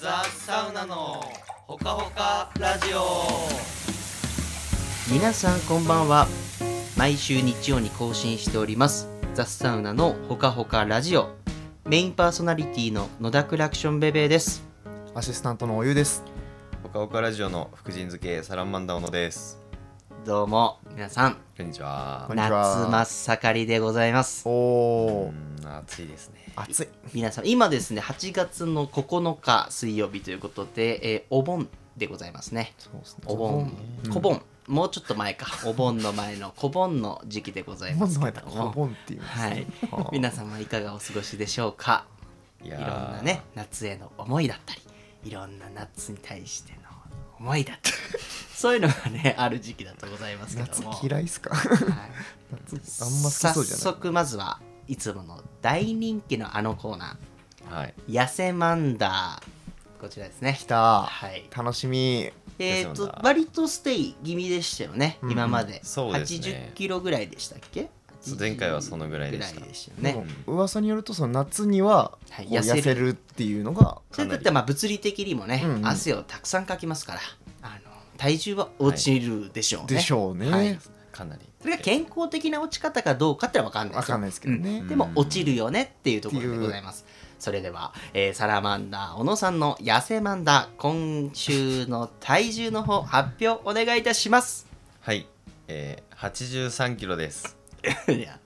ザ・サウナのほかほかラジオ。 皆さんこんばんは。毎週日曜に更新しておりますザ・サウナのほかほかラジオ。メインパーソナリティの野田クラクションベベーです。 アシスタントのおゆです。 ほかほかラジオの福神漬けサラマンダー小野です。 どうも皆さん、 こんにちは。 こんにちは。 夏真っ盛りでございます。 おー、 暑いですね。 暑い。 皆さん今ですね、8月の9日水曜日ということで、お盆でございますね。 そうですね。 お盆、小盆、もうちょっと前か、お盆の前の小盆の時期でございますけども、 小盆っていうんですはいね。 皆様いかがお過ごしでしょうか。いろんなね、夏への思いだったり、いろんな夏に対しての思いだったりそういうのがねある時期だとございますけども、 夏嫌いっすか？ はい、 夏あんま好きそうじゃない。 早速まずはいつもの大人気のあのコーナー、はい、 ヤセマンダー、こちらですね。 来た、 はい、 楽しみ。 割とステイ気味でしたよね、今まで。 そうですね、 80キロぐらいでしたっけ。 前回はそのぐらいでした。 よね。 噂によるとその夏にはこう痩せるっていうのが、 それだってまあ物理的にもね、汗をたくさんかきますから、体重は落ちるでしょうね。 でしょうね。 はい、 かなり。 それが健康的な落ち方かどうかってのは分かんないですよ。 分かんないですけどね。 でも落ちるよねっていうところでございます。それでは、サラマンダー小野さんの痩せマンダー、今週の体重の方発表お願いいたします。 はい、83キロです。 いや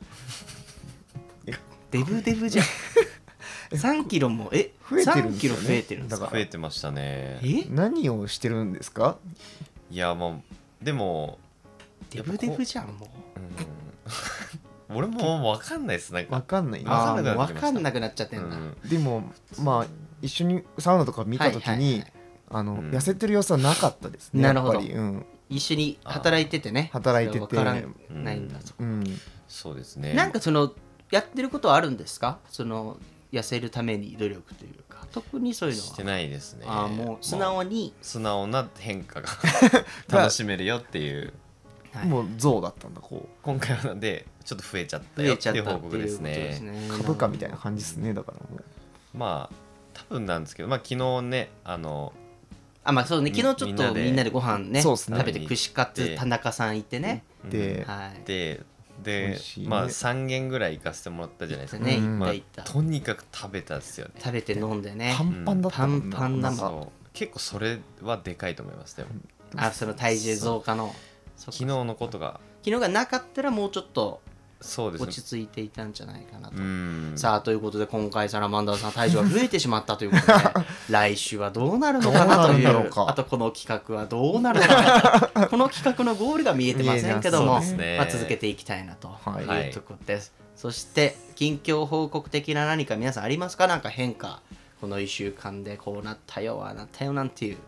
デブデブじゃん。3キロも増えてるんですよね。 3キロ増えてるんですか。 増えてましたね。 何をしてるんですか？ いやもうでもデブデブじゃんもう。 俺も分かんないです。なんか分かんない。 分かんなくなっちゃってんだ。 でもまあ一緒にサウナとか見たときに痩せてる様子はなかったですね。 なるほど。 やっぱり一緒に働いててね。 働いてて分からないんだと。 そうですね。 なんかそのやってることはあるんですか？その痩せるために努力というか、特にそういうのはしてないですね。 もう素直な変化が楽しめるよっていう。 もう象だったんだ。 今回はなんでちょっと増えちゃったよっていう報告ですね。 株価みたいな感じですね。だからもうまあ多分なんですけど、まあ昨日ねまあそうね、昨日ちょっとみんなでご飯ね食べて、串カツ田中さん行ってね。 でまあ3軒ぐらい行かせてもらったじゃないですかね。とにかく食べたんですよね。 食べて飲んでね。 パンパンだったもんな。 パンパンだもん。 結構それはでかいと思います。でもその体重増加の昨日のことがなかったらもうちょっと落ち着いていたんじゃないかなと。さあということで今回サラマンダーさん体重が増えてしまったということで来週はどうなるのかなという、あとこの企画はどうなるのかなこの企画のゴールが見えてませんけども、続けていきたいなというところです。そして近況報告的な何か皆さんありますか？なんか変化、この1週間でこうなったよああなったよなんていう。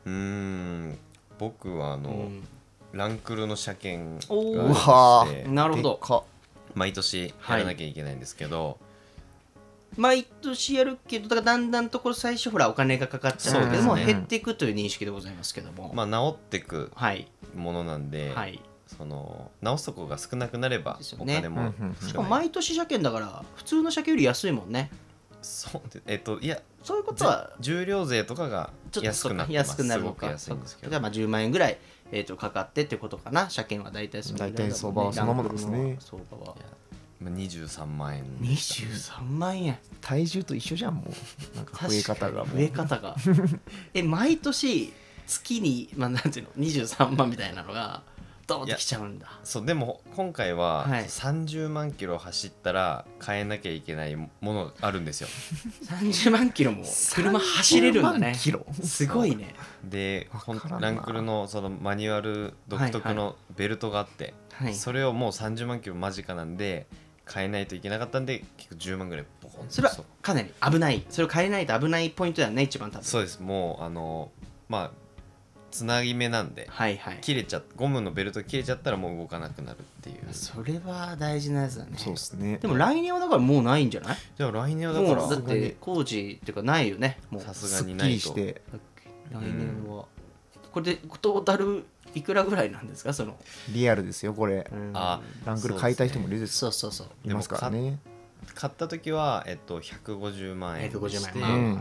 僕はランクルの車検があって、 なるほど、 毎年やらなきゃいけないんですけど、 毎年やるけど、だからだんだんところ最初ほらお金がかかっちゃうけども減っていくという認識でございますけども、 まあ治っていくものなんで、その直すとこが少なくなればお金もしかも毎年車検だから普通の車検より安いもんね。 そういやそういうことは重量税とかが安くなってます。すごく安いんですけど、 だからまあ10万円ぐらいかかってってことかな。車検は大体相場はそのままですね。 相場は 23万円。 23万円。 体重と一緒じゃん。もうなんか増え方が毎年月になんていうの23万みたいなのがドーンときちゃうんだ。 そうでも今回は30万キロ走ったら買えなきゃいけないものがあるんですよ。 30万キロも車走れるんだね。すごいね。 でランクルのそのマニュアル独特のベルトがあって、それをもう30万キロ間近なんで買えないといけなかったんで、結構10万ぐらいボコンと。 それはかなり危ない。それを買えないと危ないポイントだよね、一番多分。 そうです。もうまあつなぎ目なんで、切れちゃゴムのベルト切れちゃったらもう動かなくなるっていう。 それは大事なやつだね。 そうですね。 でも来年はだからもうないんじゃない？ でも来年はだからだって工事っていうかないよね。もうさすがにないと。 来年はこれでトータルいくらぐらいなんですか？そのリアルですよこれ。ランクル買いたい人もいるです。 そういますからね。 買った時は150万円でして、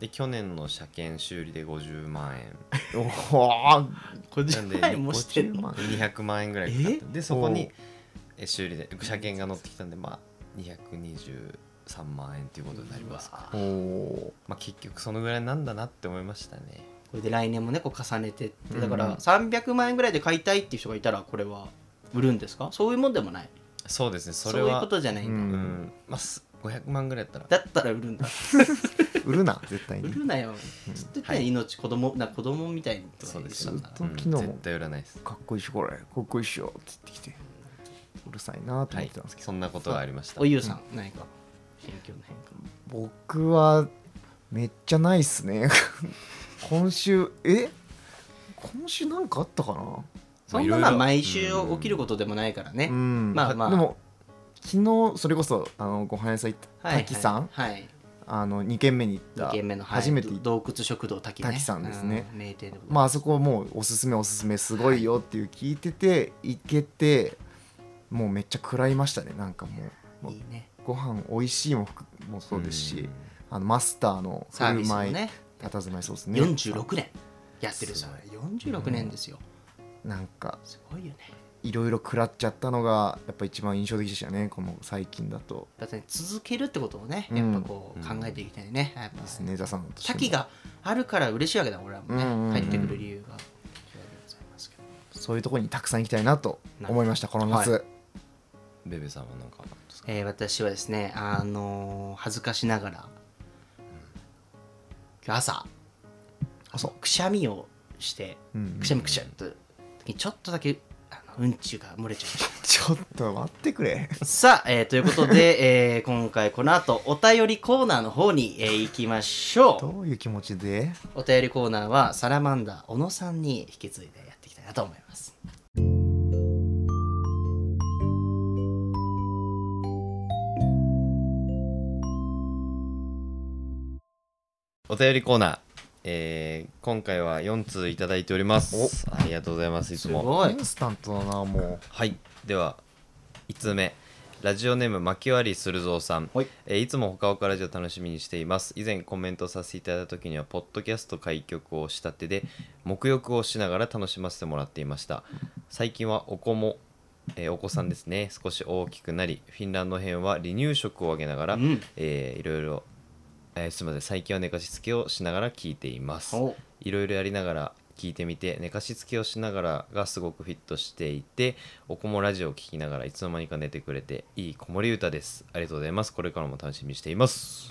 で去年の車検修理で50万円おお 50万円もしてるの 200万円ぐらいかかってでそこに修理で車検が乗ってきたんでまあ223万円っていうことになりますからまあ結局そのぐらいなんだなって思いましたね。 これで来年もねこう重ねてってだから300万円ぐらいで買いたいっていう人がいたらこれは売るんですか？そういうもんでもない。 そうですね、それはそういうことじゃないんだ。 まあ500万ぐらいだったら売るんだ売るな絶対に売るなよずっと言ったら命子供みたいにとか言ってたんだ昨日も絶対売らないです。 かっこいいしこれかっこいいっしょって言ってきてうるさいなと思ってたんですけど、 そんなことがありました。 おゆうさん何か心境の変化？ 僕はめっちゃないっすね今週なんかあったかな。 そんなのは毎週起きることでもないからね。まあまあでも昨日それこそご飯屋さん行った滝さん、2軒目に行った 2軒目の初めて行った洞窟食堂滝さんですね。 名店でまああそこもうおすすめすごいよっていう聞いてて行けてもうめっちゃ食らいましたね。なんかもういいね、 ご飯美味しいもそうですしマスターの振る舞い佇まいそうですね。 46年やってるさ46年ですよ。 なんかすごいよね。 いろいろ食らっちゃったのがやっぱ一番印象的でしたね。この最近だとだって、ね、続けるってことをねやっぱこう考えていきたいね。やっぱですね。座さん滝があるから嬉しいわけだ俺らもね、帰ってくる理由がそういうところにたくさん行きたいなと思いましたこの夏。 ベベさんは何かあるんですか？ 私はですね恥ずかしながら今日朝くしゃみをしてくしゃみちゃった時にちょっとだけうんちが漏れちゃいましたちょっと待ってくれさあ、ということで、今回この後お便りコーナーの方に、行きましょう。 どういう気持ちで？ お便りコーナーはサラマンダー小野さんに引き継いでやっていきたいなと思います。 お便りコーナー、今回は4通いただいております。ありがとうございます。いつもすごいインスタントだなもう。 はい、では1通目、ラジオネーム牧割するぞうさん、いつもほかほかラジオ楽しみにしています。以前コメントさせていただいた時にはポッドキャスト開局をしたてで沐浴をしながら楽しませてもらっていました。最近はお子さんですね少し大きくなりフィンランド編は離乳食をあげながら、いろいろすみません最近は寝かしつけをしながら聞いています。いろいろやりながら聞いてみて寝かしつけをしながらがすごくフィットしていてお子もラジオを聞きながらいつの間にか寝てくれていい子守歌です。ありがとうございます。これからも楽しみにしています。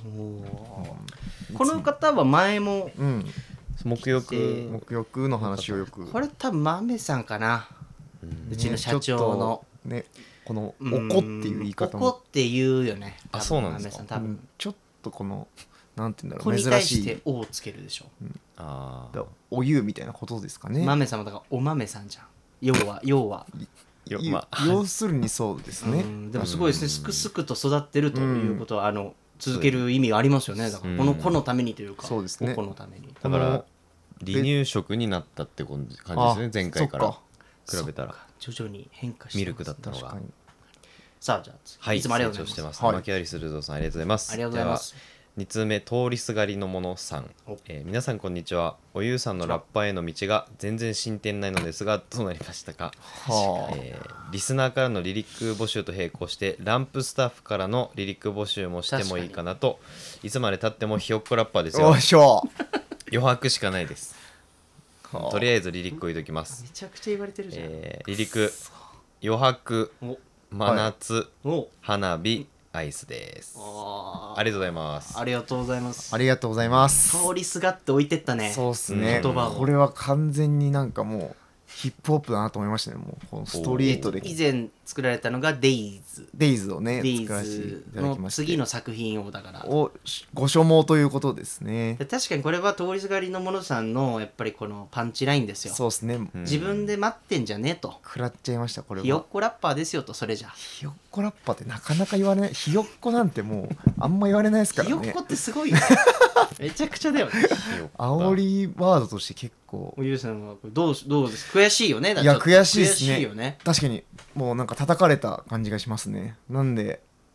この方は前も、 沐浴の話をよくこれ多分豆さんかな、うちの社長のねこのおこっていう言い方もおこって言うよね。 あそうなんですか。 多分ちょっとこのなんて言うんだころうに対し珍しいて「お」をつけるでしょ。 お湯みたいなことですかね。 豆さんはだからお豆さんじゃん。要は要するにそうですね。 でもすごいですね。すくすくと育ってるということは続ける意味がありますよね。だからこの子のためにというか、 そうですね。 お子のために。 だから離乳食になったって感じですね。前回から比べたら徐々に変化してミルクだったのが。 さあじゃあいつもありがとうございます。 牧原するぞさんありがとうございます。 ありがとうございます。 2通目通りすがりのものさん、皆さんこんにちは。おゆうさんのラッパーへの道が全然進展ないのですがどうなりましたか？リスナーからのリリック募集と並行してランプスタッフからのリリック募集もしてもいいかなと。いつまでたってもひよっこラッパーですよ。余白しかないです。とりあえずリリックを入れときます。 めちゃくちゃ言われてるじゃん。 リリック余白真夏花火アイスです。ありがとうございます。 ありがとうございます。 ありがとうございます。 通りすがって置いてったね。 そうっすね。 言葉をこれは完全になんかもうヒップホップだなと思いましたね。もうこのストリートで以前作られたのがデイズをねデイ作らせていズただきましての次の作品をだからご所望ということですね。 確かにこれは通りすがりのものさんのやっぱりこのパンチラインですよ。 そうですね。 自分で待ってんじゃねえと食らっちゃいました。これはひよっこラッパーですよと。それじゃひよっこラッパーってなかなか言われない。ひよっこなんてもうあんま言われないですからね。 ひよっこってすごいよめちゃくちゃだよね。 煽りワードとして結構。 おゆうさんはどうです悔しいよね。 いや悔しいですね。 よね。 確かにもうなんか叩かれた感じがしますね。なんで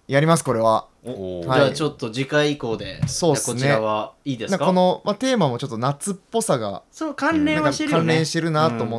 やりますこれは。 じはいゃあちょっと次回以降で、 そうっすねじゃあこちらはいいですか。 なんかこの、テーマもちょっと夏っぽさがそう関連はしてるよね。 関連してるなと思って、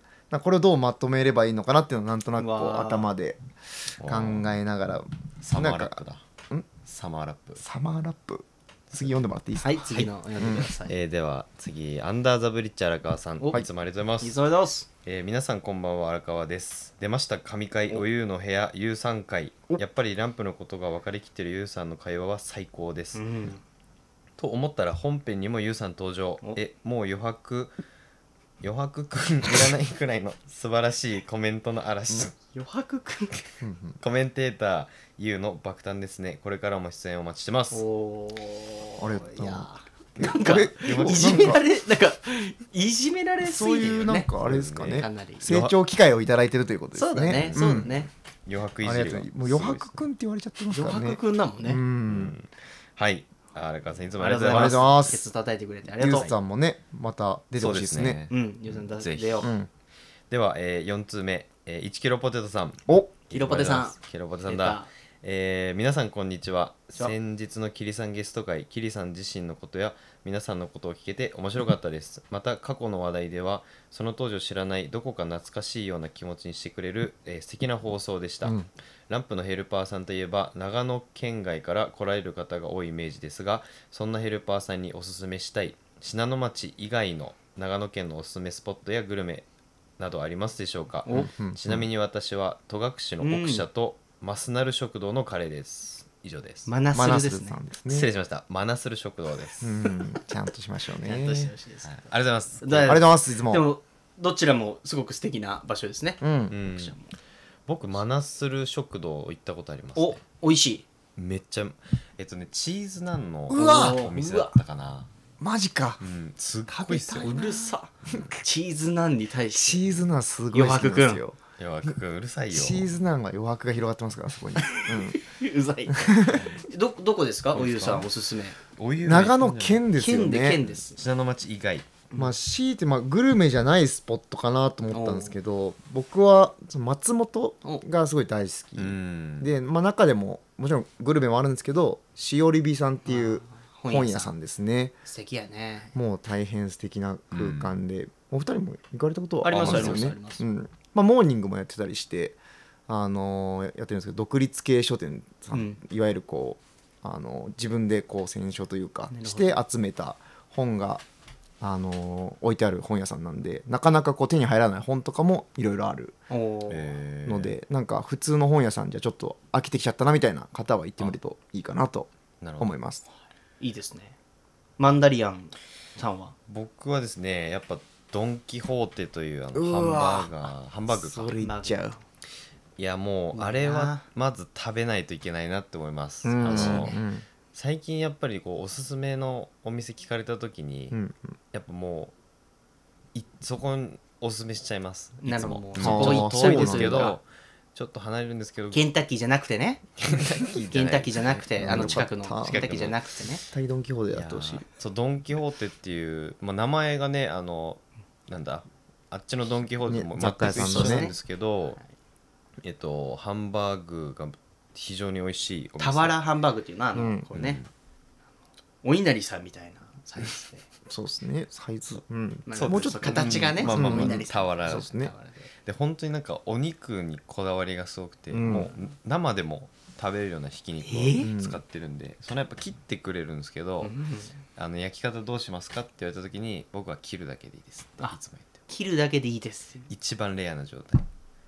なんかこれをどうまとめればいいのかなっていうのをなんとなくこう頭で考えながら。 サマーラップだ。 んサマーラップ。 サマーラップ次読んでもらっていいですか。 はい、次の読んでください。 では次アンダーザブリッジ荒川さん、いつもありがとうございます。 いつもありがとうございます。 皆さんこんばんは、荒川です。出ました神回おゆうの部屋ゆうさん会。やっぱりランプのことが分かりきってるゆうさんの会話は最高です、と思ったら本編にもゆうさん登場。もう余白くんいらないくらいの素晴らしいコメントの嵐。 余白くんコメンテーターゆうの爆誕ですね。これからも出演お待ちしてます。 おありがとうございやまなんかこれいじめられなんかいじめられすそうぎてるよね。 いうなんかあれですかねかなり成長機会をいただいてるということですね。 そうだね、そうだね。 余白いあじりがりがとうもう余白くんって言われちゃってますからね。 余白くんだもんね。 はい荒川さんいつもあありがとうございます。 ありがとうございますケツ叩いてくれてありがとう。 ゆうさんもねまた出てほしいですね。 ゆうさんぜひ出よう。 では、4通目、1キロポテトさん。 おキロポテさん。 キロポテさんだ。皆さんこんにちは。先日のキリさんゲスト会、キリさん自身のことや皆さんのことを聞けて面白かったです。また過去の話題ではその当時を知らないどこか懐かしいような気持ちにしてくれる、素敵な放送でした、ランプのヘルパーさんといえば長野県外から来られる方が多いイメージですが、そんなヘルパーさんにおすすめしたい信濃町以外の長野県のおすすめスポットやグルメなどありますでしょうか。ちなみに私は戸隠の奥社とマスナル食堂のカレーです。以上です。 マナスルですね。 失礼しました。マナスル食堂です。 ちゃんとしましょうね。 ちゃんとしてほしいです。 ありがとうございます。 ありがとうございます。いつも。 でもどちらもすごく素敵な場所ですね。 僕マナスル食堂行ったことあります。 お、美味しい。 めっちゃチーズナンのお店だったかな。 マジか。 すっごいっすよ。 うるさ。チーズナンに対してチーズナンすごい好きですよ。 余白くんうるさいよ。 チーズナンは余白が広がってますからそこに。 うざい。どこですかおゆうさんおすすめ。 長野県ですよね。 県です。 信濃町以外。 強いてグルメじゃないスポットかなと思ったんですけど、僕は松本がすごい大好きで、中でももちろんグルメもあるんですけど、しおりびさんっていう本屋さんですね。 素敵やね。 もう大変素敵な空間で、お二人も行かれたことはありますよね。モーニングもやってたりしてやってるんですけど、独立系書店さん、いわゆるこう自分でこう選書というかして集めた本が置いてある本屋さんなんで、なかなかこう手に入らない本とかもいろいろあるので、なんか普通の本屋さんじゃちょっと飽きてきちゃったなみたいな方は行ってみるといいかなと思います。 いいですね。マンダリアンさんは？ 僕はですね、やっぱドン・キホーテというハンバーグそれいっちゃう。 いやもうあれはまず食べないといけないなって思います。最近やっぱりこうおすすめのお店聞かれた時に、やっぱもうそこにおすすめしちゃいます。いつもそこ遠いですけど、ちょっと離れるんですけど、 ケンタッキーじゃなくてね。ケンタッキーじゃなくて近くのケンタッキーじゃなくてね。 対ドン・キホーテやってほしい。 そうドン・キホーテっていう、名前がねなんだあっちのドン・キホーテも全く一緒なんですけど、ハンバーグが非常に美味しいお店。 俵ハンバーグっていうのはこれね、お稲荷さんみたいなサイズで。 そうですね、サイズ。 もうちょっと形がね、 俵ですね。 で本当になんかお肉にこだわりがすごくて、もう生でも食べれるようなひき肉を使ってるんで、そのやっぱ切ってくれるんですけど、焼き方どうしますかって言われた時に、僕は切るだけでいいですっていつも言って。 切るだけでいいです。 一番レアな状態。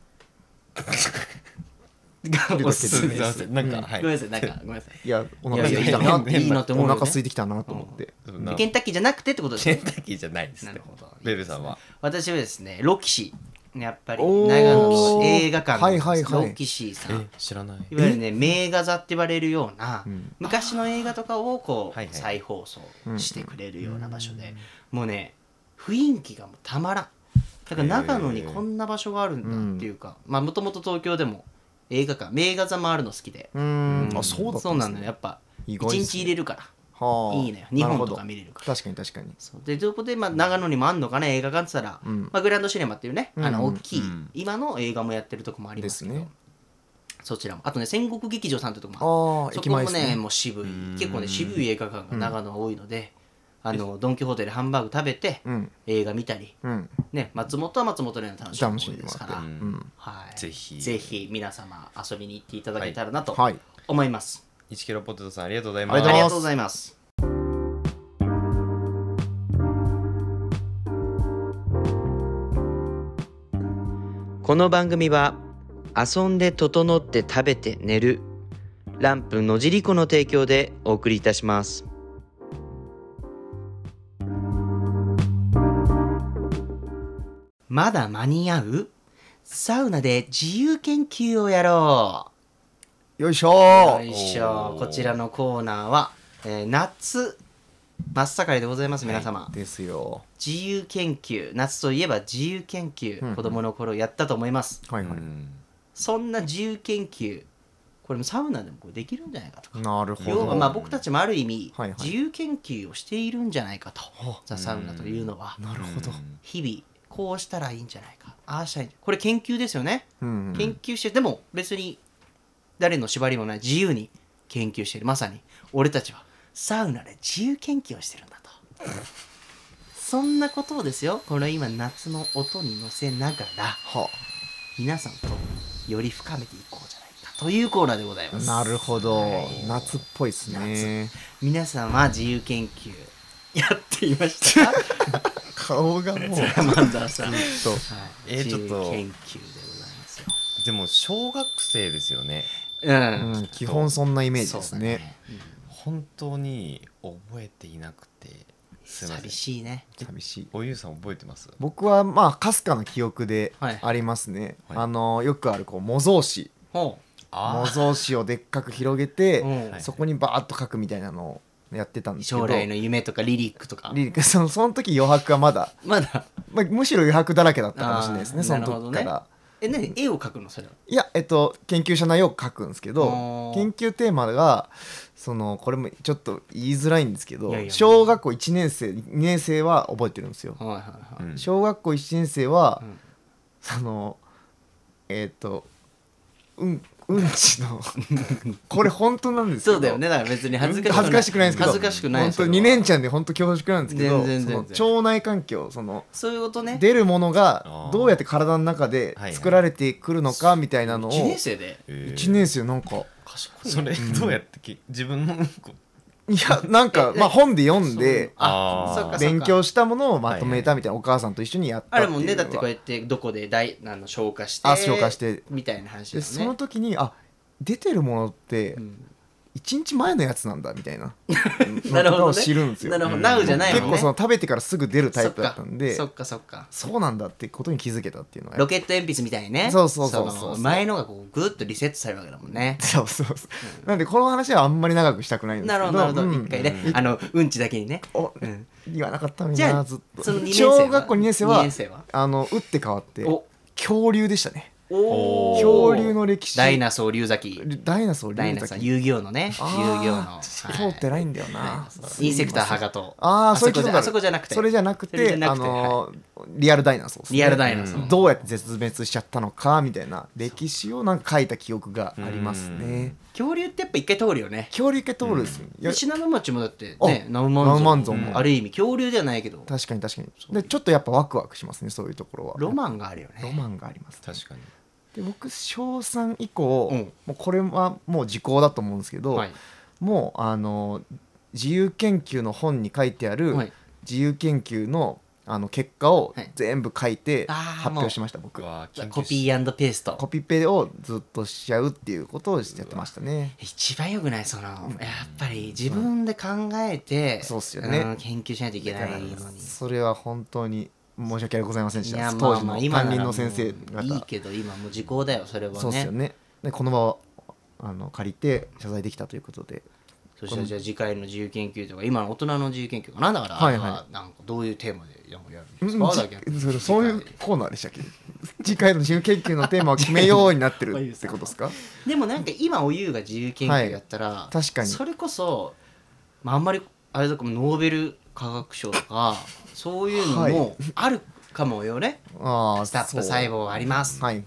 おすすめです。 なんかごめんなさい、ごめんなさい。 いや、お腹空いてきたな。 いいのって思う。 お腹空いてきたなと思って。 ケンタッキーじゃなくてってことですね。 ケンタッキーじゃないです。なるほど。ベルさんは？ 私はですね、ロキシやっぱり長野の映画館のロキシーさん。 知らない。 いわゆるね、名画座って言われるような昔の映画とかをこう再放送してくれるような場所で、もうね、雰囲気がもうたまらん。だから長野にこんな場所があるんだっていうか、もともと東京でも映画館、名画座回るの好きで。そうなのよ、やっぱ一日入れるからいいのよ。2本とか見れるから。 確かに確かに。 でそこで長野にもあんのかな映画館って言ったら、グランドシネマっていうね、大きい今の映画もやってるとこもありますけど、 そちらもあとね戦国劇場さんというとこもある。そこもねもう渋い結構ね渋い映画館が長野は多いので、ドン・キホーテでハンバーグ食べて、映画見たり、ね、松本は松本での楽しみですから、はい、ぜひ皆様遊びに行っていただけたらなと思います。 1キロポテトさんありがとうございます。 ありがとうございます。この番組は遊んで整って食べて寝るランプ野尻湖の提供でお送りいたします。まだ間に合う？サウナで自由研究をやろう。よいしょ。 こちらのコーナーは、夏真っ盛りでございます。皆様、 ですよ。 自由研究、夏といえば自由研究、子供の頃やったと思います。そんな自由研究、これもサウナでもできるんじゃないかとか。 なるほど。 要は僕たちもある意味、自由研究をしているんじゃないかと。ザ・サウナというのは。 なるほど。 日々こうしたらいいんじゃないか、ああしたらいいんじゃないか、これ研究ですよね。研究してでも別に誰の縛りもない自由に研究している。まさに俺たちはサウナで自由研究をしてるんだとそんなことをですよ、これ今夏の音に乗せながら皆さんとより深めていこうじゃないかというコーナーでございます。 なるほど、夏っぽいですね。 皆さんは自由研究やっていましたか？ 顔がもうマンダーさんちょっと自由研究でございますよ。 でも小学生ですよね。 基本そんなイメージですね。 本当に覚えていなくてすいません。 寂しいね。 寂しい。 おゆうさん覚えてます？ 僕はまあかすかな記憶でありますね。よくあるこう模造紙、模造紙をでっかく広げてそこにバーッと書くみたいなのをやってたんですけど、 将来の夢とかリリックとか。 その時余白はまだむしろ余白だらけだったかもしれないですね、その時から。 何絵を描くのそれは？ いや研究者内容を書くんですけど、研究テーマがこれもちょっと言いづらいんですけど、小学校1年生2年生は覚えてるんですよ。小学校1年生はうんちのこれ本当なんですよ。 そうだよね。だから別に恥ずかしくないんですけど、 恥ずかしくない。 本当2年ちゃんで本当恐縮なんですけど、腸内環境そういうことね。 出るものがどうやって体の中で作られてくるのかみたいなのを 1年生で 1年生なんか賢い。それどうやって自分のいやなんか本で読んで勉強したものをまとめたみたいな、お母さんと一緒にやったっていうのはあれもね。だってこうやってどこで消化してみたいな話だよね。 その時に出てるものって1日前のやつなんだみたいなのを知るんですよ。 なるほど、ナウじゃないもんね。 結構食べてからすぐ出るタイプだったんで、 そっかそうなんだってことに気づけたっていうのは。 ロケット鉛筆みたいにね。そう前のがこうグッとリセットされるわけだもんね。 そうなんでこの話はあんまり長くしたくないんですけど。 なるほど、一回ねうんちだけにね言わなかったのにな。ずっと小学校2年生は打って変わって恐竜でしたね。恐竜の歴史。 ダイナソー龍崎。 ダイナソー遊戯王のね。遊戯王の通ってないんだよな。 インセクターハガと。 あそこじゃなくて。 それじゃなくてリアルダイナソー。 リアルダイナソー。 どうやって絶滅しちゃったのかみたいな歴史をなんか書いた記憶がありますね。 恐竜ってやっぱ一回通るよね。 恐竜一回通るですよ。 信濃町もだってね、ナウマンゾンもある意味恐竜ではないけど。 確かにでちょっとやっぱワクワクしますね、そういうところは。 ロマンがあるよね。 ロマンがあります。 確かに。 で僕小3以降、もうこれはもう時効だと思うんですけど、もう自由研究の本に書いてある自由研究の結果を全部書いて発表しました。僕はコピー&ペースト、 コピペをずっとしちゃうっていうことをやってましたね。 一番よくないやっぱり自分で考えてそうっすよね、 研究しないといけないのに。 それは本当に申し訳ございませんでした。 当時の担任の先生方。 いいけど今もう時効だよそれはね。 そうですよね。でこの場を借りて謝罪できたということで。 そしたらじゃあ次回の自由研究とか今の大人の自由研究かなんだからなんかどういうテーマでやるんですか？ そういうコーナーでしたっけ？次回の自由研究のテーマを決めようになってるってことですか？ でもなんか今おゆうが自由研究やったら確かにそれこそあんまりあれとかもノーベル化学賞とかそういうのもあるかもよね。スタップ細胞あります。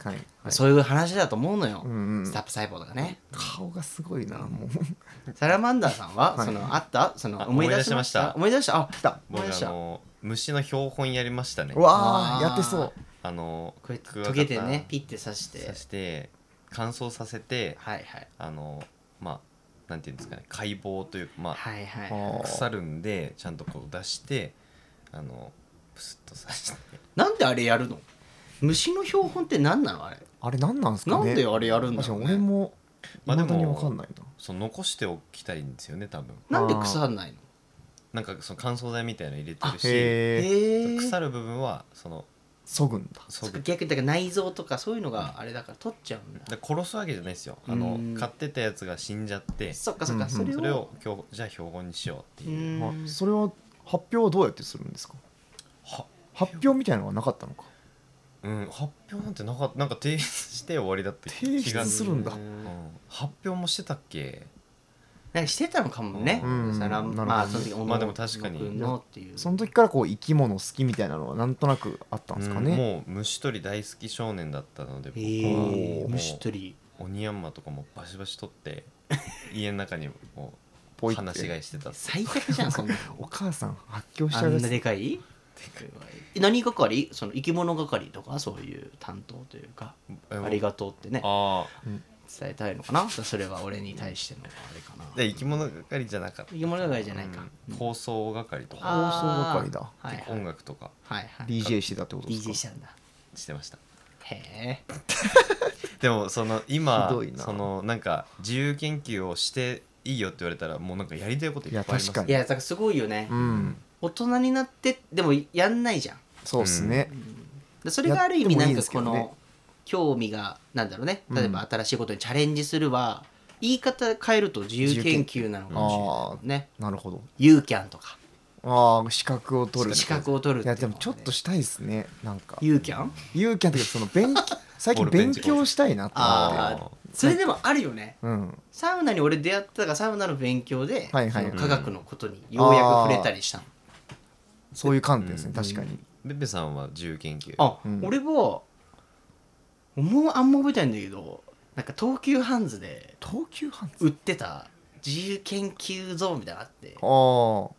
そういう話だと思うのよ、 うんうん、 スタップ細胞とかね。 顔がすごいな、もうサラマンダーさんは、 はい、 あった思い出しました。思い出した。あ、 来た。 僕虫の標本やりましたね。 わあ、やってそう。 こうやってトゲでね、ピッて刺して乾燥させて、 はいはい、 まあなんていうんですかね、解剖というか、まあ、 はいはい、 腐るんでちゃんとこう出してプスッと刺して。 なんであれやるの？虫の標本って何なの？あれ何なんですかね。 なんであれやるんだろうね。 俺も未だに分かんないな。 残しておきたいんですよね、多分。 なんで腐んないの？なんか乾燥剤みたいなの入れてるし、腐る部分はそぐんだ。 逆にだから内臓とかそういうのがあれだから取っちゃうんだ。 殺すわけじゃないですよ。飼ってたやつが死んじゃって、 そっかそっか、 それをじゃあ標本にしようっていう。 それは発表はどうやってするんですか？発表みたいなのはなかったのか。 発表なんてなんか提出して終わりだった気が提出するんだ。 発表もしてたっけ？ なんかしてたのかもね。まあその時まあでも確かにその時からこう生き物好きみたいなのはなんとなくあったんですかね。 もう虫取り大好き少年だったので、僕は虫取りオニヤンマとかもバシバシ取って家の中にもう放し飼いしてた。 最悪じゃんそんな。 お母さん発狂しちゃう。 あんなでかい？何係？生き物係とかそういう担当というか、ありがとうってね伝えたいのかな。それは俺に対してのあれかな。 で生き物係じゃなかった。 生き物係じゃないか、 放送係とか。 放送係だ。 音楽とか DJ してたってことですか？ DJ したんだ。 してました。 へえ。 でも今なんか自由研究をしていいよって言われたらもうなんかやりたいこといっぱいありますね。 いやだからすごいよね。大人になってでもやんないじゃん。 そうっすね。 それがある意味なんかこの興味がなんだろうね。例えば新しいことにチャレンジするは言い方変えると自由研究なのかもしれないね。 なるほど。 ユーキャンとか。 資格を取る。 資格を取る。 いやでもちょっとしたいですね。なんか。 ユーキャン？ ユーキャンって最近勉強したいなと思って。 それでもあるよね。サウナに俺出会ったからサウナの勉強で科学のことにようやく触れたりしたの。 そういう観点ですね、確かに。 ベベさんは自由研究。 俺はあんま覚えてないんだけど、なんか東急ハンズで売ってた自由研究ゾーンみたいなのがあって、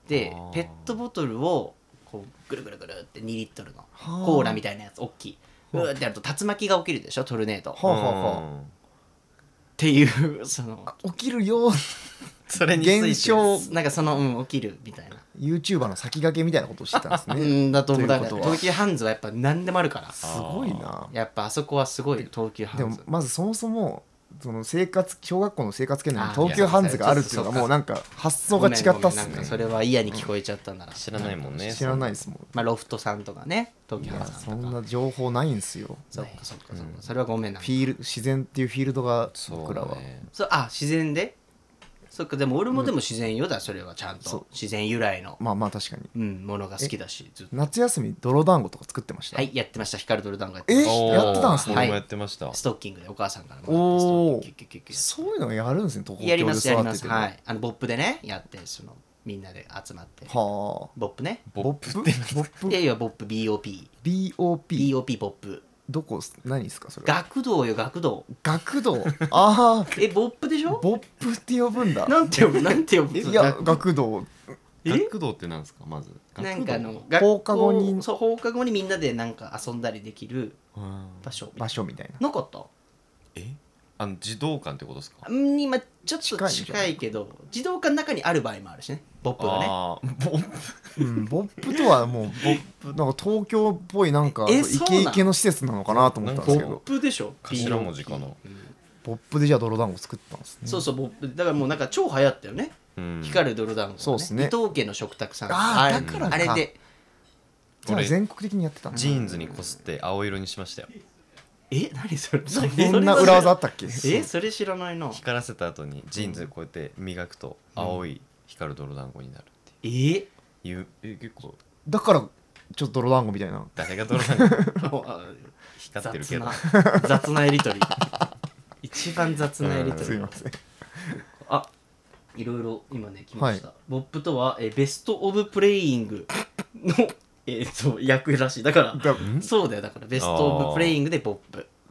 でペットボトルをこうぐるぐるぐるって2リットルのコーラみたいなやつ大きいうーってやると竜巻が起きるでしょ、トルネードっていう起きるよそれについて現象なんか起きるみたいな YouTuber の先駆けみたいなことをしてたんですねだと思う。だから東急ハンズはやっぱ何でもあるから。 すごいな。 やっぱあそこはすごい。東急ハンズでもまずそもそも小学校の生活圏内に東急ハンズがあるっていうのがもうなんか発想が違ったっすね。 それは嫌に聞こえちゃったんだな。 知らないもんね。 知らないですもん。 まあロフトさんとかね、東急ハンズさんとか。 そんな情報ないんすよ。 そっかそれはごめんな。 自然っていうフィールドが僕らは。 自然で。そっか。でも俺もでも自然よだ。それはちゃんと自然由来のまあ確かにものが好きだし。 夏休み泥団子とか作ってました。 はいやってました。光る泥団子やってました。 やってたんですね。 俺もやってました。 ストッキングでお母さんからもらってそういうのやるんですね。 やりますやります。はい。ボップでねやってみんなで集まって。ボップね。 ボップってボップ。いやいやボップ BOP。BOP ボップ。 どこ何ですかそれ？ 学童よ学童。 学童。ボップでしょ？ ボップって呼ぶんだ。 なんて呼ぶ？ いや学童。 学童ってなんですかまず？ なんか放課後に放課後にみんなでなんか遊んだりできる場所みたいな。 なかった？ 児童館ってことですか？ 今ちょっと近いけど児童館の中にある場合もあるしね。ボップがね。 ボップとはもうなんか東京っぽいなんかイケイケの施設なのかなと思ったんですけど。 ボップでしょ？ 頭文字かな。 ボップでじゃあ泥団子作ったんですね。 そうボップだからもうなんか超流行ったよね。光る泥団子。そうですね。伊藤家の食卓さん。 だからあれで。 じゃあ全国的にやってたんだ。 ジーンズにこすって青色にしましたよ。 何それ？ そんな裏技あったっけ？ それ知らないな。 光らせた後にジーンズでこうやって磨くと青い光る泥団子になるっていう結構だからちょっと泥団子みたいな。 誰が泥団子光ってるけど雑なやりとり一番雑なやりとり。 すいません。 いろいろ今ね来ました。ボップとはベストオブプレイングの役らしい。だからそうだよ。だからベストオブプレイングでボップ。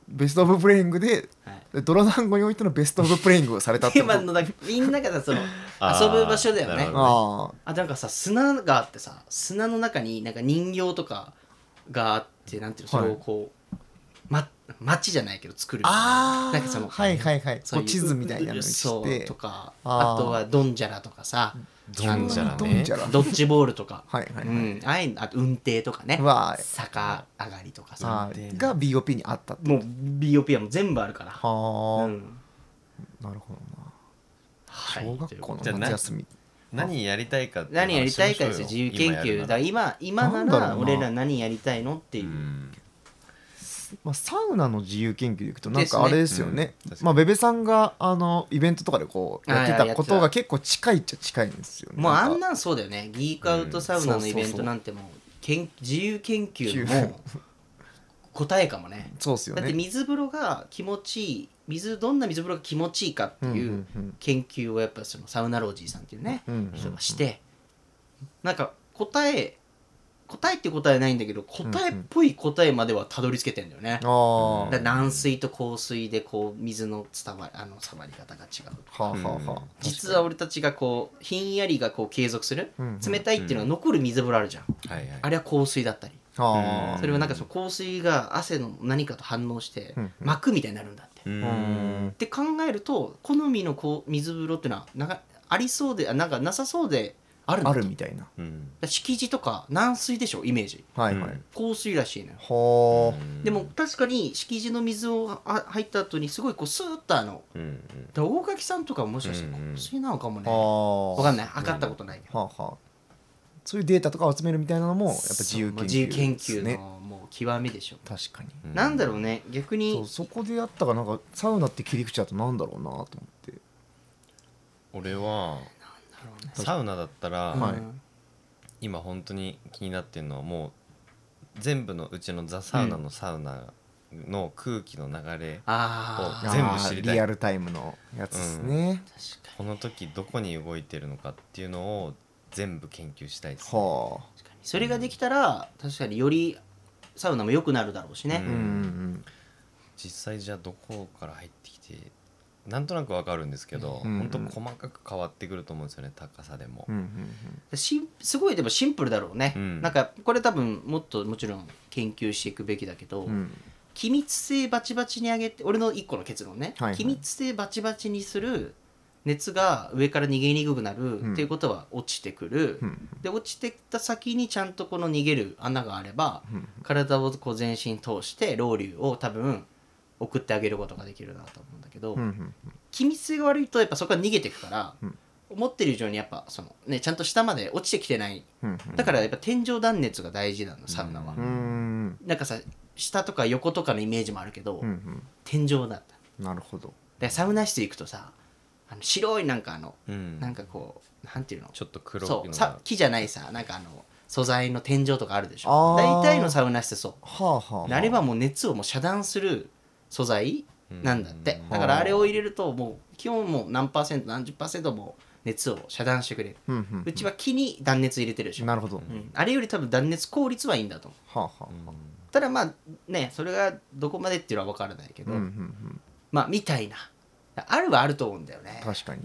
ベストオブプレイングで、 はい、 泥団子においてのベストオブプレイングをされたってこと。 みんながさその遊ぶ場所だよね。なんかさ砂があってさ、砂の中になんか人形とかがあって、なんていうの、それをこう、街じゃないけど作るみたいな、なんかそのはいはいはい、そういう地図みたいなのにしてとか、あとはドンジャラとかさ、 ドンジャラね、 ドッジボールとか、 はいはいはい、 あと運転とかね、逆上がりとかさが BOP にあったって。 もう BOP はもう全部あるから。 はあ、なるほどな。小学校の夏休み何やりたいかって何やりたいかですよ、自由研究だ。今なら俺ら何やりたいのっていう、 まあ、サウナの自由研究でいくとなんかあれですよね、まあ、ベベさんがイベントとかでこうやってたことが結構近いっちゃ近いんですよね。 もうあんなんそうだよね、ギークアウトサウナのイベントなんてもう自由研究の答えかもね。 そうっすよね。 だって水風呂が気持ちいい、どんな水風呂が気持ちいいかっていう研究をやっぱそのサウナロージーさんっていうね、人がして、なんか答えって答えないんだけど、答えっぽい答えまではたどり着けてんだよね。だ軟水と硬水でこう水の触り方が違う。実は俺たちがこうひんやりがこう継続する、冷たいっていうのが残る水風呂あるじゃん、あれは硬水だったり、それはなんかその硬水が汗の何かと反応して膜みたいになるんだって。って考えると好みのこう水風呂っていうのはなんかありそうでなんかなさそうであるみたいな。 敷地とか軟水でしょイメージ。 はいはい。 硬水らしいのよ。 でも確かに敷地の水を入った後にすごいこうスーッと大垣さんとかもしかして硬水なのかもね。わかんない。測ったことないけど。 そういうデータとかを集めるみたいなのもやっぱ自由研究のもう極みでしょ。 確かに。 なんだろうね、逆にそこでやったかなんかサウナって切り口だとなんだろうなと思って。 俺はサウナだったら、今本当に気になってるのはもう全部のうちのザ・サウナのサウナの空気の流れを全部知りたい。 リアルタイムのやつですね。 この時どこに動いてるのかっていうのを全部研究したいです、 ね。それができたら確かによりサウナも良くなるだろうしね。 実際じゃあどこから入ってきてなんとなくわかるんですけど、本当細かく変わってくると思うんですよね、高さでも。 すごいでもシンプルだろうね。なんかこれ多分もっともちろん研究していくべきだけど、気密性バチバチに上げて、俺の一個の結論ね、気密性バチバチにする熱が上から逃げにくくなるっていうことは落ちてくる。で落ちてきた先にちゃんとこの逃げる穴があれば、体をこう全身通してロウリュを多分送ってあげることができるなと思うんだけど、気密性が悪いとやっぱそこから逃げていくから、思ってる以上にやっぱその、ね、ちゃんと下まで落ちてきてない、だからやっぱ天井断熱が大事なのサウナは。なんかさ下とか横とかのイメージもあるけど、天井だった。 なるほど。 でサウナ室行くとさ白いなんかなんかこうなんていうのちょっと黒いのが木じゃないさなんか素材の天井とかあるでしょ。大体のサウナ室そう。あれはもう熱をもう遮断する素材なんだって。だからあれを入れるともう基本もう何%何十%も熱を遮断してくれる。うちは木に断熱入れてるでしょ。 なるほど。 あれより多分断熱効率はいいんだと思う。ただまあねそれがどこまでっていうのは分からないけど、まあみたいなあるはあると思うんだよね。 確かに。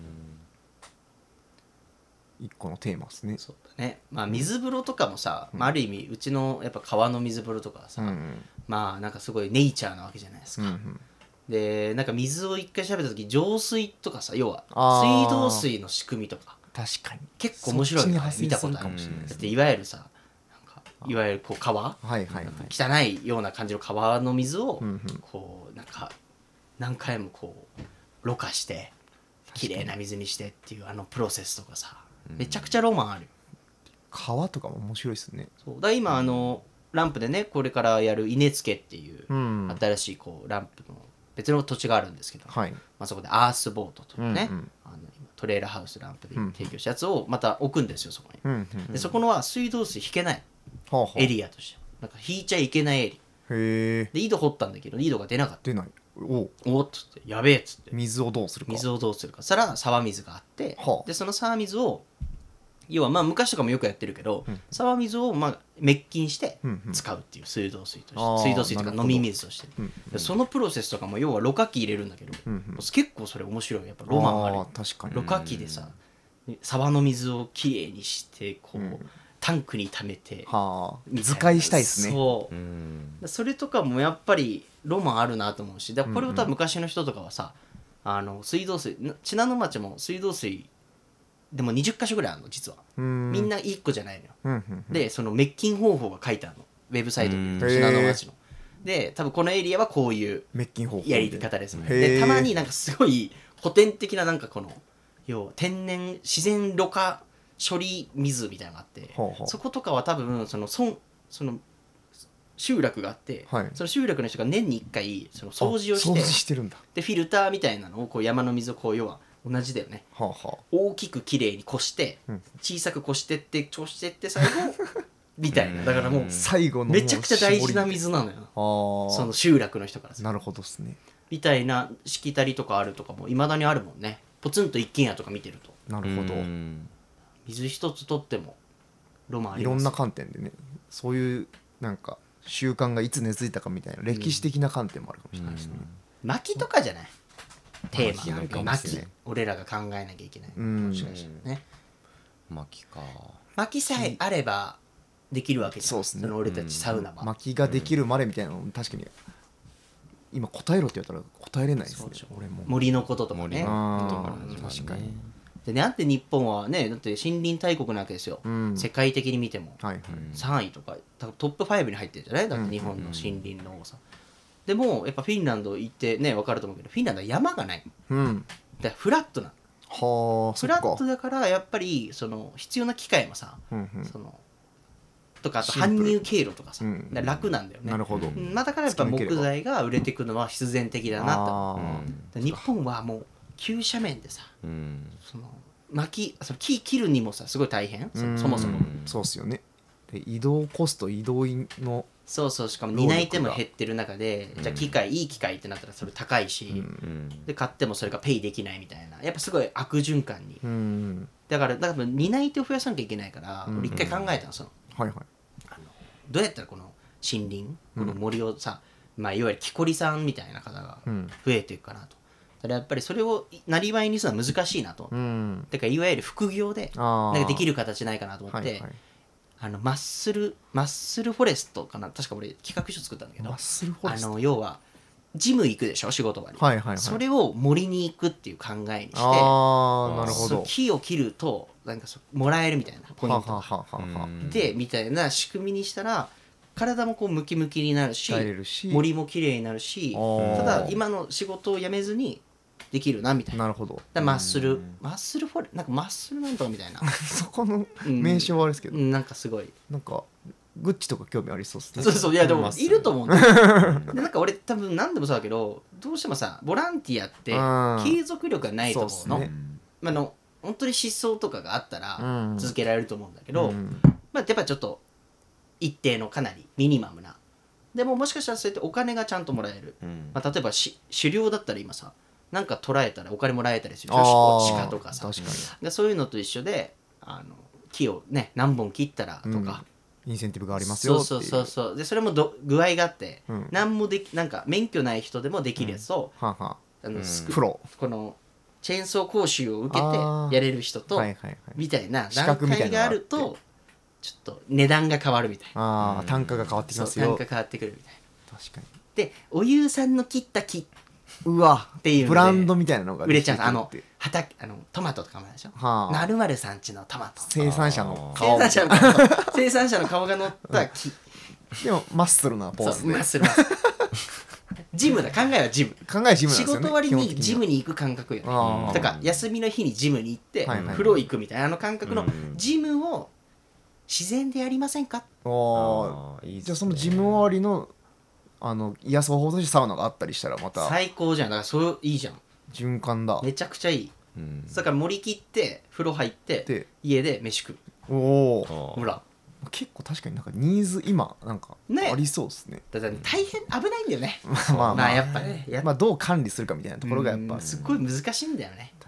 一個のテーマですね。 そうだね。まあ水風呂とかもさ、ある意味うちのやっぱ川の水風呂とかはさ、まあなんかすごいネイチャーなわけじゃないですか。でなんか水を一回調べた時浄水とかさ、要は水道水の仕組みとか確かに結構面白いの見たことある。だっていわゆるさいわゆるこう川、汚いような感じの川の水をこうなんか何回もこうろ過してきれいな水にしてっていうプロセスとかさ、めちゃくちゃロマンあるよ。 川とかも面白いですね。 そうだ今ランプでねこれからやる稲付けっていう新しいこうランプの別の土地があるんですけど、まあ、そこでアースボートとかね、トレーラーハウスランプで提供したやつをまた置くんですよそこに。でそこのは水道水引けないエリアとしてなんか引いちゃいけないエリアで井戸掘ったんだけど井戸が出なかった。 出ない。 おっつってやべえっつって水をどうするか。 そしたら沢水があって、でその沢水を要はまあ昔とかもよくやってるけど、沢水をまあ滅菌して使うっていう水道水として、水道水とか飲み水として、そのプロセスとかも要はろ過器入れるんだけど、結構それ面白い。やっぱロマンある。 確かにろ過器でさ沢の水をきれいにしてこう、タンクに溜めて使いしたいですね。 それとかもやっぱりロマンあるなと思うし、だからこれを多分昔の人とかはさ、水道水、信濃町も水道水でも20箇所ぐらいあるの実は。みんな1個じゃないのよ。でその滅菌方法が書いてあるのウェブサイトに、信濃町の。で多分このエリアはこういうやり方ですね。でたまになんかすごい古典的ななんかこの要は天然自然ろ過処理水みたいなのがあって、そことかは多分その集落があって、その集落の人が年に1回その掃除をしてるんだ。 でフィルターみたいなのをこう山の水をこう要は同じだよね、大きくきれいにこして、小さくこしてって最後みたいな。だからもう最後のめちゃくちゃ大事な水なのよ、その集落の人からさ。 なるほどですね。 みたいなしきたりとかあるとかもいまだにあるもんね。ポツンと一軒家とか見てると。 なるほど。 水一つとってもロマンあります。 いろんな観点でね、そういうなんか習慣がいつ根付いたかみたいな歴史的な観点もあるかもしれないですね。 薪とかじゃない、テーマ薪、俺らが考えなきゃいけない。もしかしたらね。 薪か。 薪さえあればできるわけじゃん。 そうですね。 その俺たちサウナは。 薪ができるまでみたいなの確かに今答えろって言われたら答えれないですね。俺も森のこととかね。 確かに。 でなんで日本はね、だって森林大国なわけですよ。世界的に見ても3位とかトップ5に入ってるじゃない。だって日本の森林の多さ。でもやっぱフィンランド行ってね分かると思うけど、フィンランドは山がない。だフラットな。フラットだからやっぱりその必要な機械もさ、そのとかあと搬入経路とかさ、楽なんだよね。 なるほど。 だからやっぱ木材が売れていくのは必然的だなと。日本はもう急斜面でさ、そのその木切るにもさすごい大変。そもそもそうっすよね。で移動コスト、移動のそうしかも担い手も減ってる中で、じゃあ機械いい機械ってなったらそれ高いし、で買ってもそれがペイできないみたいな、やっぱすごい悪循環に。だから担い手を増やさなきゃいけないから、俺一回考えたの。そのどうやったらこの森林、この森をさ、いわゆる木こりさんみたいな方が増えていくかなと。だからやっぱりそれをなりわいにするのは難しいなと。だからいわゆる副業でなんかできる形ないかなと思って、マッスルフォレストかな、確か俺企画書作ったんだけど、要はジム行くでしょ仕事終わり、それを森に行くっていう考えにして、 なるほど。 木を切るとなんかもらえるみたいなポイントでみたいな仕組みにしたら、体もこうムキムキになるし森もきれいになるし、ただ今の仕事を辞めずにできるなみたいな。 なるほど。 マッスルフォレなんかマッスルなんとかみたいなそこの名称はあれですけど、 なんかすごいなんかグッチとか興味ありそうですね。 そういやでもいると思うんだでなんか俺多分何でもそうだけど、どうしてもさボランティアって継続力がないと思うの。本当に失踪とかがあったら続けられると思うんだけど、やっぱちょっと一定のかなりミニマムな。でももしかしたらそうやってお金がちゃんともらえる。例えば狩猟だったら今さ、なんか捕らえたらお金もらえたりするでしょ、鹿とかさ。でそういうのと一緒で木をね何本切ったらとか、 インセンティブがありますよっていう。 そうでそれも具合があって、なんか免許ない人でもできるやつを、 プロこのチェーンソー講習を受けてやれる人とみたいな段階があると、ちょっと値段が変わるみたいな。 単価が変わってきますよ。 単価変わってくるみたいな。 確かに。 でおゆうさんの切った木っていうブランドみたいなのが売れちゃう。トマトとかもあるでしょ。なるまるさんちのトマト、 生産者の顔が乗った木。 でもマッスルなポーズで。 マッスルジムだ。考えはジム。仕事終わりにジムに行く感覚よね。だから休みの日にジムに行って風呂行くみたいな感覚のジムを自然でやりませんか。 じゃあそのジム終わりの癒す方法としてサウナがあったりしたらまた最高じゃん。だからそういいじゃん。 循環だ。 めちゃくちゃいい。だから森切って風呂入って家で飯食う。ほら結構確かになんかニーズ今なんかありそうですね。 だから大変危ないんだよね。 まあやっぱね、 どう管理するかみたいなところがやっぱすっごい難しいんだよね。 確かに。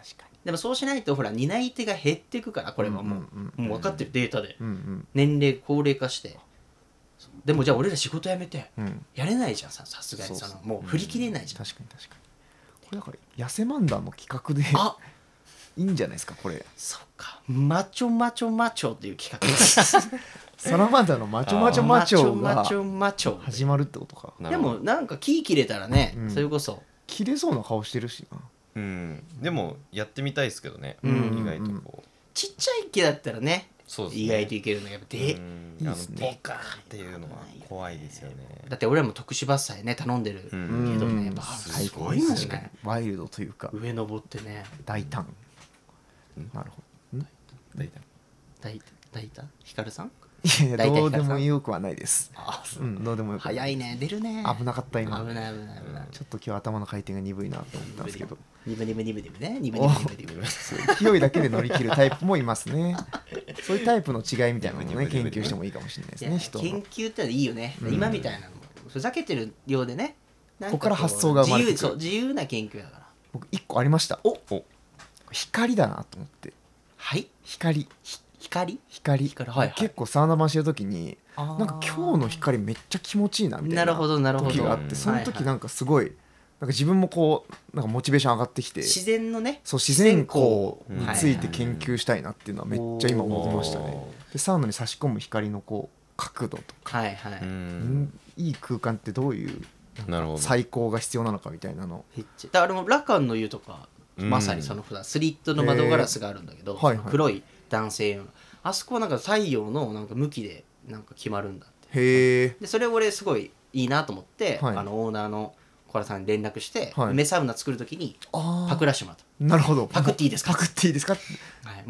でもそうしないとほら担い手が減っていくから、これはもう分かってるデータで、 うんうん、 年齢高齢化して、でもじゃあ俺ら仕事辞めてうんやれないじゃん、さすがにそのもう振り切れないじゃん。 確かに確かに。これだから痩せ漫談の企画であいいんじゃないですかこれ。 そっか、マチョマチョマチョっていう企画サラマンダのマチョマチョマチョマチョがマチョ始まるってことか。 でもなんか木切れたらね、 うんそれこそ切れそうな顔してるしな。 うん、でもやってみたいですけどね、 うん意外とこうちっちゃい木だったらね、 そうですね、 意外といけるのがやっぱで、 うん、 いいですねボカーンっていうのは怖いですよね。 だって俺らも特殊伐採ね頼んでるけどね、やっぱすごいもん確かにね、 ワイルドというか上登ってね、 大胆。なるほど。 大体大体ヒカルさん、 いや大体どうでもよくはないです。 あどうでもよくはない。 早いね、出るね、 危なかった今。 危ない危ない危ない、 ちょっと今日頭の回転が鈍いなと思ったんですけど、 ニブニブニブニブね、ニブニブニブニブ勢いだけで乗り切るタイプもいますね。そういうタイプの違いみたいなのもね研究してもいいかもしれないですいやね。人の研究ってのはいいよね、今みたいなのもふざけてるようでね、なんかここから発想が生まれてくる。 そう自由な研究だから。 僕一個ありました。 お光だなと思って。 はい光光、はいはい、 結構サウナ版してる時になんか今日の光めっちゃ気持ちいいなみたいな時があって、その時なんかすごいなんか自分もこうなんかモチベーション上がってきて、 自然のね、 そう自然光について研究したいなっていうのはめっちゃ今思ってましたね。でサウナに差し込む光のこう角度とか、 はいはい、 いい空間ってどういう最高が必要なのかみたいなの。 だからラカンの湯とかまさにその普段スリットの窓ガラスがあるんだけど、黒い男性用のあそこはなんか太陽のなんか向きでなんか決まるんだって。 へえ。 でそれ俺すごいいいなと思って、オーナーの小原さんに連絡して、梅サウナ作るときにパクらしてもらった。 なるほど。 パクっていいですか、 パクっていいですか、 はい、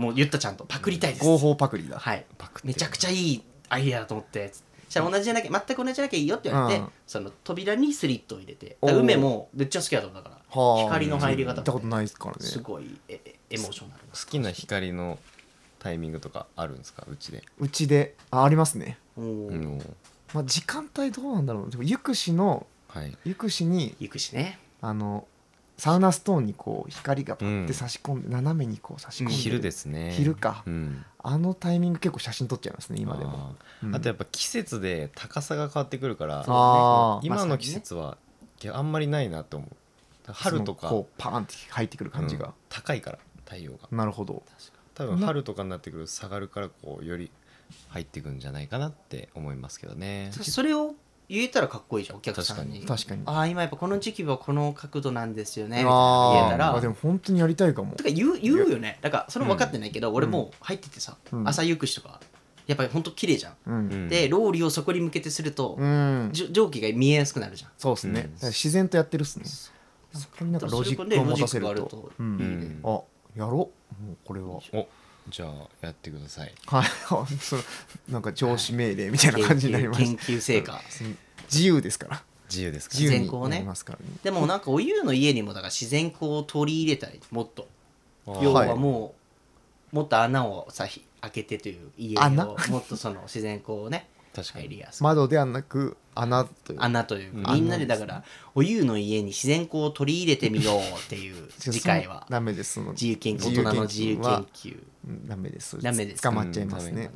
もう言った、ちゃんとパクりたいです、 合法パクリだ。 はい、めちゃくちゃいいアイデアだと思って、そしたら同じじゃなきゃ全く同じじゃなきゃいいよって言われて、その扉にスリットを入れて、梅もめっちゃ好きだと思うだから、光の入り方見たことないですからね。 すごいエモーショナル。 好きな光のタイミングとかあるんですか？うちでありますね。 まあ、 時間帯どうなんだろう。でもゆくしの、ゆくしにね、 サウナストーンにこう光がパッて差し込んで、斜めにこう差し込んで、 昼ですね。 昼か、あのタイミング結構写真撮っちゃいますね今でも。 あとやっぱ季節で高さが変わってくるから、今の季節はあんまりないなと思う。春とかこうパーンって入ってくる感じが、 高いから太陽が。 なるほど。 多分春とかになってくる下がるからこうより入ってくんじゃないかなって思いますけどね。 それを言えたらかっこいいじゃん、お客さんに。 確かに。 ああ今やっぱこの時期はこの角度なんですよねみたいな言えたら、 でも本当にやりたいかも。 とか言うよね。だからそれ分かってないけど、俺もう入っててさ、朝ゆくしとかやっぱり本当綺麗じゃん、でローリーをそこに向けてすると、蒸気が見えやすくなるじゃん。 そうですね、自然とやってるっすね。そこになんかロジックを持たせると、あやろう、もうこれはじゃあやってください。 はいなんか上司命令みたいな感じになります。 研究成果自由ですから。 自然光ね。でもなんかお湯の家にもだから自然光を取り入れたり、もっと要はもっと穴をさ開けてという家をもっとその自然光をね入りやすい窓ではなく穴というみんなでだからお湯の家に自然光を取り入れてみようっていう次回はダメです。 自由研究、大人の自由研究ダメです。 ダメです。 捕まっちゃいますね。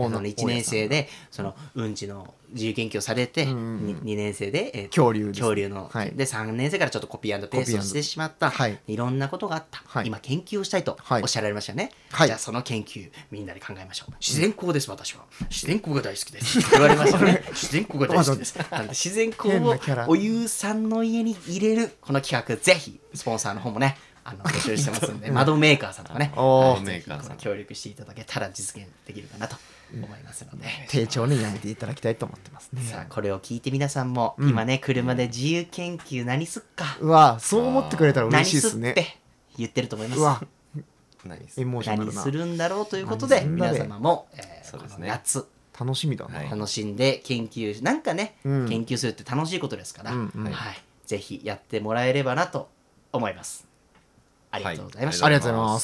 1年生でそのうんちの自由研究をされて、2年生で恐竜ので3年生からちょっとコピー&ペーストしてしまった、いろんなことがあった、今研究をしたいとおっしゃられましたよね。じゃあその研究みんなで考えましょう。自然光です。私は自然光が大好きです言われましたよね。自然光が大好きです。なんで自然光をお湯さんの家に入れるこの企画、ぜひスポンサーの方もね募集してますんで窓メーカーさんとかね、協力していただけたら実現できるかなと思いますので、 丁重にやめていただきたいと思ってますね。 さあこれを聞いて皆さんも今ね、車で自由研究何すっか、 うわそう思ってくれたら嬉しいですね。 何すって言ってると思います。 うわ何するんだろうということで、皆様も夏楽しみだな。 楽しんで研究なんかね、研究するって楽しいことですから、ぜひやってもらえればなと思います。ありがとうございました。 ありがとうございます。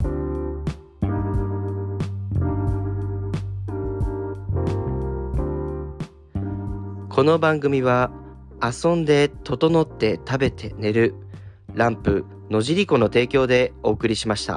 この番組は遊んで整って食べて寝るランプ野尻湖の提供でお送りしました。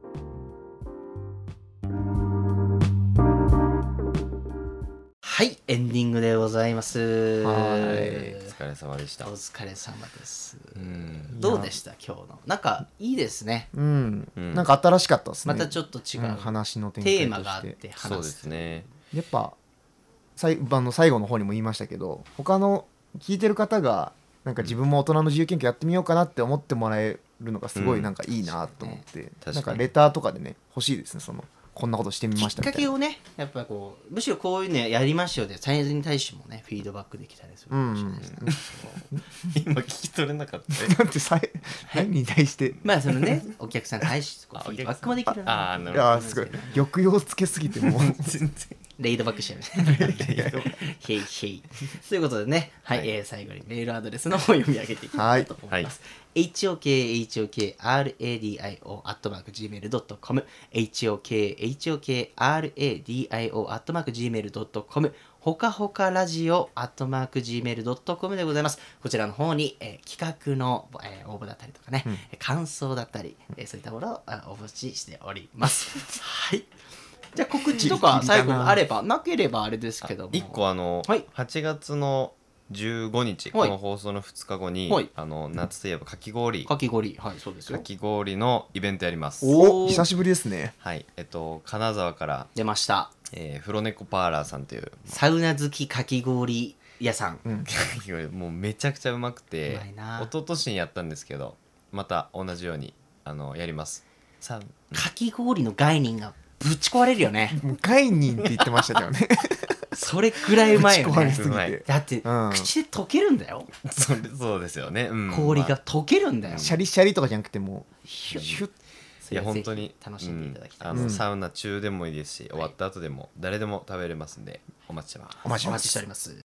はい、エンディングでございます。 お疲れ様でした。 お疲れ様です。どうでした今日の？なんかいいですね。 なんか新しかったですね。 またちょっと違う、 話の展開としてテーマがあって話す。 そうですね。 やっぱ最後の方にも言いましたけど、他の聞いてる方がなんか自分も大人の自由研究やってみようかなって思ってもらえるのがすごいなんかいいなと思って、なんかレターとかでね欲しいですね。こんなことしてみましたみたいなきっかけをね、やっぱこうむしろこういうのやりましょうでサイズに対してもねフィードバックできたりするかもしれないですね。 今聞き取れなかった。 だって何に対してまあそのねお客さんに対してフィードバックもできるな。 いやすごい抑揚つけすぎてもう全然レイドバックしちゃうね。へいへい。ということでね、はい、最後にメールアドレスの方を読み上げていきたいと思います。hokhokradio@gmail.com hokhokradio@gmail.com ほかほかラジオ@gmail.com でございます。こちらの方に、企画の、応募だったりとかね、感想だったり、そういったものをお待ちしております。はい。じゃあ告知とか最後あればなければあれですけども、 1個8月の15日、この放送の2日後に、夏といえばかき氷、 はいそうですよ。 かき氷のイベントやります。 お久しぶりですね。 はい、金沢から出ました、 フロネコパーラーさんというサウナ好きかき氷屋さん、 もうめちゃくちゃうまくて、一昨年にやったんですけどまた同じようにやります。 かき氷の概念がぶち壊れるよね。 概念って言ってましたけどね。 それくらいうまいよね。だって、口で溶けるんだよ。 そうですよね、 氷が溶けるんだよ。 シャリシャリとかじゃなくてもうシュッ。 いや本当に楽しんでいただきたい。 サウナ中でもいいですし、終わった後でも誰でも食べれますんでお待ちしてます。 お待ちしております。